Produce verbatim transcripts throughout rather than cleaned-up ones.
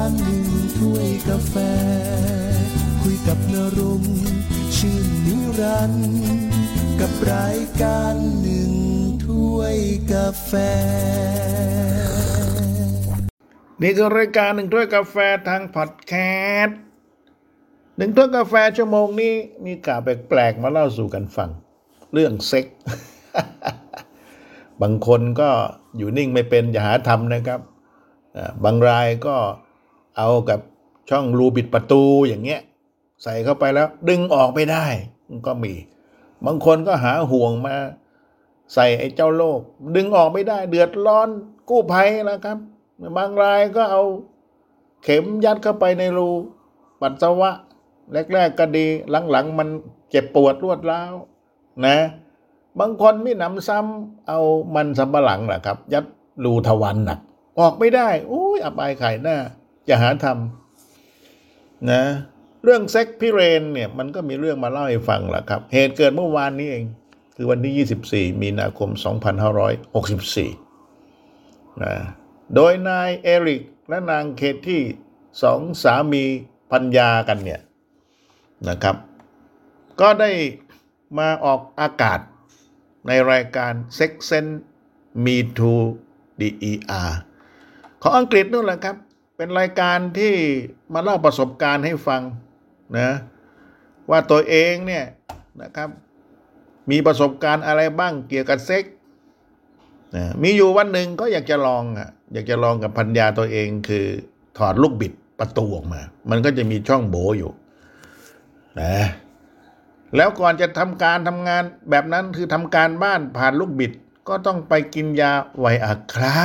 การหนึ่งถ้วยกาแฟคุยกับนรงค์ชื่นนิรันดร์กับรายการหนึ่งถ้วยกาแฟนี่คือรายการหนึ่งถ้วยกาแฟทางพอดแคสต์หนึ่งถ้วยกาแฟชั่วโมงนี้มีข่าวแปลกๆมาเล่าสู่กันฟังเรื่องเซ็ก บางคนก็อยู่นิ่งไม่เป็นอย่าหาทำนะครับบางรายก็เอากับช่องรูบิดประตูอย่างเงี้ยใส่เข้าไปแล้วดึงออกไม่ได้ก็มีบางคนก็หาห่วงมาใส่ไอ้เจ้าโลกดึงออกไม่ได้เดือดร้อนกู้ภัยแล้วครับบางรายก็เอาเข็มยัดเข้าไปในรูปัสสาวะแรกๆก็ดีหลังๆมันเจ็บปวดรวดร้าวนะบางคนไม่หนำซ้ำเอามันสำปะหลังแหละครับยัดรูทวารหนักออกไม่ได้โอ้ยอับอายขายหน้าจะหาทำนะเรื่องเซ็กพิเรนเนี่ยมันก็มีเรื่องมาเล่าให้ฟังแหละครับเหตุเกิดเมื่อวานนี้เองคือวันที่ยี่สิบสี่มีนาคมสองพันห้าร้อยหกสิบสี่นะโดยนายเอริกและนางเคที่สองสามีภรรยากันเนี่ยนะครับก็ได้มาออกอากาศในรายการ Sex Sense Me Too ดี อี อาร์ ของอังกฤษนู่นแหละครับเป็นรายการที่มาเล่าประสบการณ์ให้ฟังนะว่าตัวเองเนี่ยนะครับมีประสบการณ์อะไรบ้างเกี่ยวกับเซ็กนะมีอยู่วันหนึ่งก็อยากจะลองอ่ะอยากจะลองกับภรรยาตัวเองคือถอดลูกบิดประตูออกมามันก็จะมีช่องโบอยู่นะแล้วก่อนจะทำการทำงานแบบนั้นคือทำการบ้านผ่านลูกบิดก็ต้องไปกินยาไวอาครา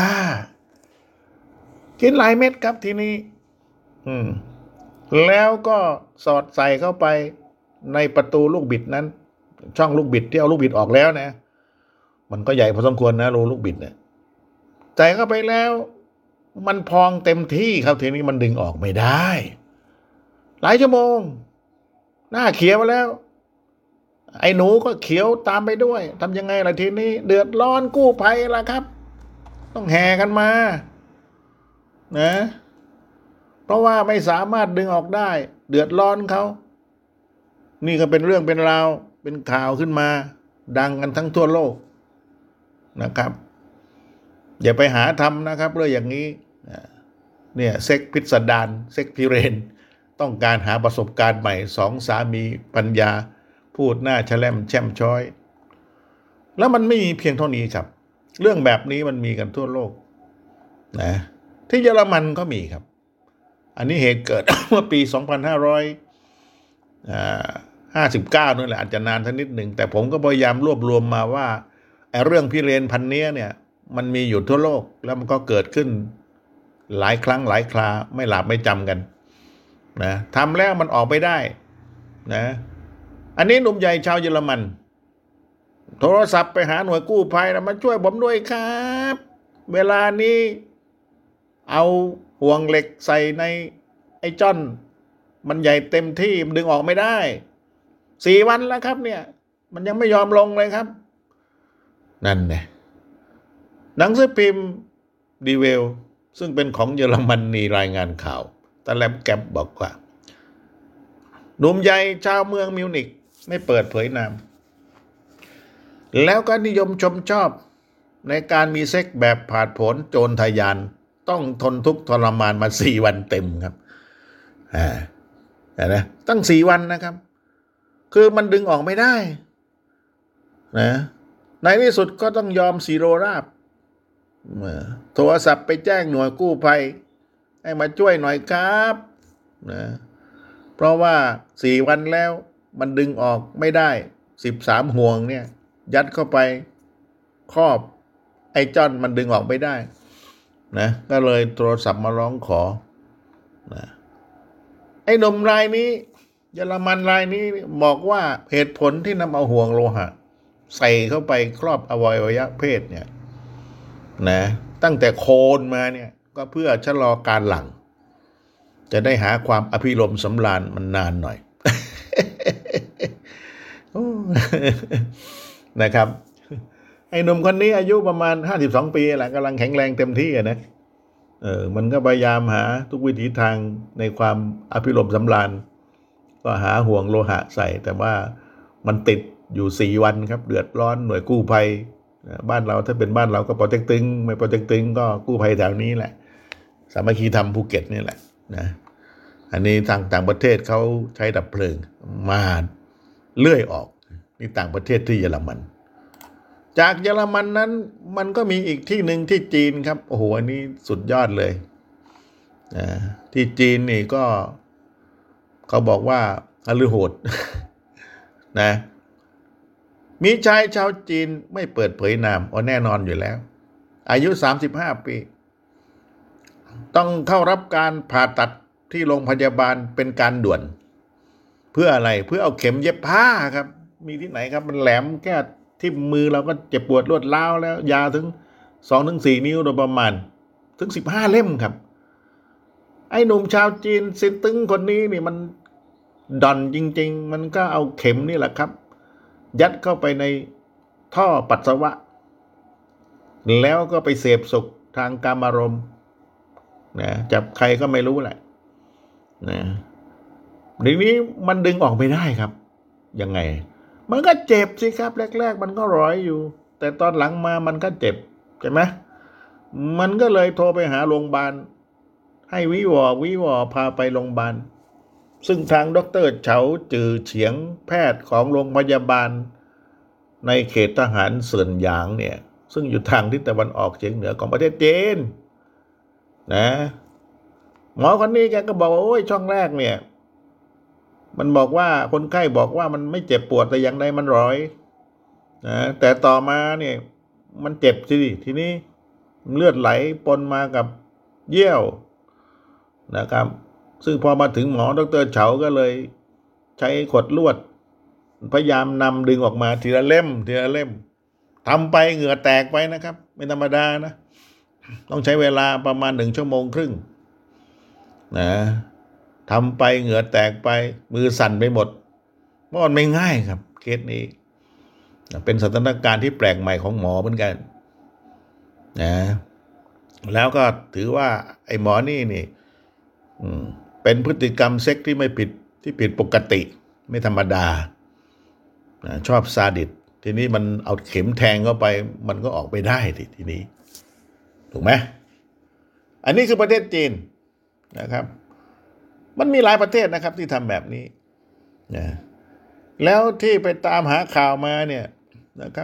กินหลายเม็ดครับทีนี้อืมแล้วก็สอดใส่เข้าไปในประตูลูกบิดนั้นช่องลูกบิดที่เอาลูกบิดออกแล้วนะมันก็ใหญ่พอสมควรนะรูลูกบิดเนี่ยใส่เข้าไปแล้วมันพองเต็มที่ครับทีนี้มันดึงออกไม่ได้หลายชั่วโมงหน้าเขียวแล้วไอ้หนูก็เขียวตามไปด้วยทำยังไงล่ะทีนี้เดือดร้อนกู้ภัยล่ะครับต้องแห่กันมานะเพราะว่าไม่สามารถดึงออกได้เดือดร้อนเขานี่ก็เป็นเรื่องเป็นราวเป็นข่าวขึ้นมาดังกันทั้งทั่วโลกนะครับอย่าไปหาทำนะครับเรื่องอย่างนี้เนี่ยเซ็กพิสดารเซ็กพิเรนต้องการหาประสบการณ์ใหม่สองสามีภรรยาพูดหน้าแฉลมแช่มช้อยแล้วมันไม่มีเพียงเท่านี้ครับเรื่องแบบนี้มันมีกันทั่วโลกนะที่เยอรมันก็มีครับอันนี้เหตุเกิด เมื่อปีสองพันห้าร้อยห้าสิบเก้านั่นแหละอาจจะนานสักนิดหนึ่งแต่ผมก็พยายามรวบรวมมาว่าไอ้เรื่องพิเรนพันนี้เนี่ยมันมีอยู่ทั่วโลกแล้วมันก็เกิดขึ้นหลายครั้งหลายคราไม่หลับไม่จำกันนะทำแล้วมันออกไม่ได้นะอันนี้หนุ่มใหญ่ชาวเยอรมันโทรศัพท์ไปหาหน่วยกู้ภัยนะมาช่วยผมด้วยครับเวลานี้เอาห่วงเหล็กใส่ในไอ้จ้อนมันใหญ่เต็มที่มันดึงออกไม่ได้สี่วันแล้วครับเนี่ยมันยังไม่ยอมลงเลยครับนั่นไงหนังสือพิมพ์ดีเวลซึ่งเป็นของเยอรมนีรายงานข่าวตะแลบแก็บบอกว่าหนุ่มใหญ่ชาวเมืองมิวนิกไม่เปิดเผยนามแล้วก็นิยมชมชอบในการมีเซ็กแบบผาดโผนโจรทะยานต้องทนทุกข์ทรมานมาสี่วันเต็มครับอ่านะตั้งสี่วันนะครับคือมันดึงออกไม่ได้นะในที่สุดก็ต้องยอมสีโรราบโทรศัพท์ไปแจ้งหน่วยกู้ภัยให้มาช่วยหน่อยครับนะเพราะว่าสี่วันแล้วมันดึงออกไม่ได้สิบสามห่วงเนี่ยยัดเข้าไปครอบไอ้จ้อนมันดึงออกไม่ได้นะก็เลยโทรศัพท์มาร้องขอนะไอ้หนุ่มรายนี้เยอรมันรายนี้บอกว่าเหตุผลที่นำเอาห่วงโลหะใส่เข้าไปครอบอวัยวะเพศเนี่ยนะตั้งแต่โคนมาเนี่ยก็เพื่อชะลอการหลั่งจะได้หาความอภิรมย์สำราญมันนานหน่อย นะครับไอ้หนุ่มคนนี้อายุประมาณห้าสิบสองปีแหละกำลังแข็งแรงเต็มที่นะเออมันก็พยายามหาทุกวิถีทางในความอภิรมย์สำราญก็หาห่วงโลหะใส่แต่ว่ามันติดอยู่สี่วันครับเดือดร้อนหน่วยกู้ภัยบ้านเราถ้าเป็นบ้านเราก็ปอเต็กตึงไม่ปอเต็กตึงก็กู้ภัยแถวนี้แหละสามัคคีธรรมภูเก็ตนี่แหละนะอันนี้ทางต่างประเทศเขาใช้ดับเพลิงมาเลื่อยออกนี่ต่างประเทศที่เยอรมันจากเยอรมันนั้นมันก็มีอีกที่หนึ่งที่จีนครับโอ้โหอันนี้สุดยอดเลยนะที่จีนนี่ก็เขาบอกว่าฮฤโหดนะมีชายชาวจีนไม่เปิดเผยนามอ๋อแน่นอนอยู่แล้วอายุสามสิบห้าปีต้องเข้ารับการผ่าตัดที่โรงพยาบาลเป็นการด่วนเพื่ออะไรเพื่อเอาเข็มเย็บผ้าครับมีที่ไหนครับมันแหลมแค่ที่มือเราก็เจ็บปวดรวดร้าวแล้วยาวถึง สองถึงสี่ นิ้วโดยประมาณถึงสิบห้าเล่มครับไอ้หนุ่มชาวจีนซินตึงคนนี้นี่มันดอนจริงๆมันก็เอาเข็มนี่แหละครับยัดเข้าไปในท่อปัสสาวะแล้วก็ไปเสพสุขทางกามารมณ์นะจับใครก็ไม่รู้แหละนะทีนี้มันดึงออกไม่ได้ครับยังไงมันก็เจ็บสิครับแรกๆมันก็ร้อยอยู่แต่ตอนหลังมามันก็เจ็บใช่ไหมมันก็เลยโทรไปหาโรงพยาบาลให้วิวอวิวอพาไปโรงพยาบาลซึ่งทางดร.เฉาจือเฉียงแพทย์ของโรงพยาบาลในเขตทหารเซินหยางเนี่ยซึ่งอยู่ทางทิศตะวันออกเฉียงเหนือของประเทศจีนนะหมอคนนี้แกก็บอกว่าโอ้ยช่องแรกเนี่ยมันบอกว่าคนไข้บอกว่ามันไม่เจ็บปวดแต่อย่างใดมันร้อยนะแต่ต่อมาเนี่ยมันเจ็บสิทีนี้เลือดไหลปนมากับเยี่ยวนะครับซึ่งพอมาถึงหมอดร.เฉาก็เลยใช้ขดลวดพยายามนำดึงออกมาทีละเล่มทีละเล่มทำไปเหงื่อแตกไปนะครับไม่ธรรมดานะต้องใช้เวลาประมาณหนึ่งชั่วโมงครึ่งนะทำไปเหงื่อแตกไปมือสั่นไปหมดเพราะมันไม่ง่ายครับเคสนี้เป็นสถานการณ์ที่แปลกใหม่ของหมอเหมือนกันนะแล้วก็ถือว่าไอ้หมอนี่นี่เป็นพฤติกรรมเซ็กที่ไม่ผิดที่ผิดปกติไม่ธรรมดานะชอบซาดิสทีนี้มันเอาเข็มแทงเข้าไปมันก็ออกไปได้ทีทีนี้ถูกไหมอันนี้คือประเทศจีนนะครับมันมีหลายประเทศนะครับที่ทำแบบนี้นะแล้วที่ไปตามหาข่าวมาเนี่ยนะครับ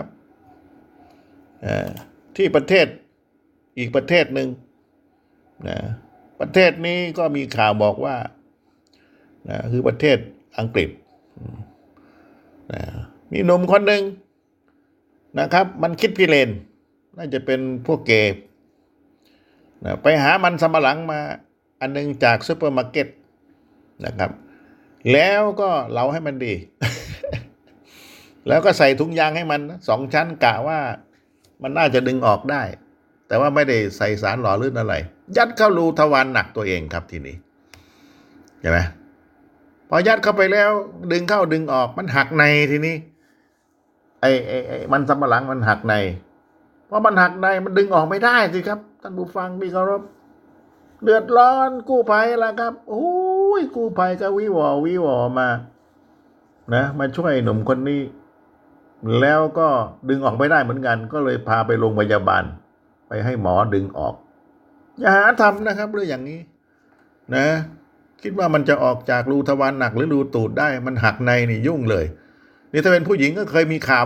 ที่ประเทศอีกประเทศหนึ่งนะประเทศนี้ก็มีข่าวบอกว่านะคือประเทศอังกฤษนะมีหนุ่มคนหนึ่งนะครับมันคิดพิเรนน่าจะเป็นพวกเกย์นะไปหามันสำปะหลังมาอันนึงจากซุปเปอร์มาร์เก็ตนะครับแล้วก็เหลาให้มันดี แล้วก็ใส่ถุงยางให้มันสองชั้นกะว่ามันน่าจะดึงออกได้แต่ว่าไม่ได้ใส่สารหล่อลื่นอะไรยัดเข้ารูทวารหนักตัวเองครับทีนี้ใช่ไหมพอยัดเข้าไปแล้วดึงเข้าดึงออกมันหักในทีนี้ไอ้ไอ้ไอ้มันสำปะหลังมันหักในเพราะมันหักในมันดึงออกไม่ได้สิครับท่านผู้ฟังที่เคารพเดือดร้อนกู้ภัยแล้วครับโอ้ยกู้ภัยก็วิวอวิวอมานะมาช่วยหนุ่มคนนี้แล้วก็ดึงออกไม่ได้เหมือนกันก็เลยพาไปโรงพยาบาลไปให้หมอดึงออกอย่าหาทำนะครับเรื่องอย่างนี้นะคิดว่ามันจะออกจากรูทวารหนักหรือรูตูดได้มันหักในนี่ยุ่งเลยนี่ถ้าเป็นผู้หญิงก็เคยมีข่าว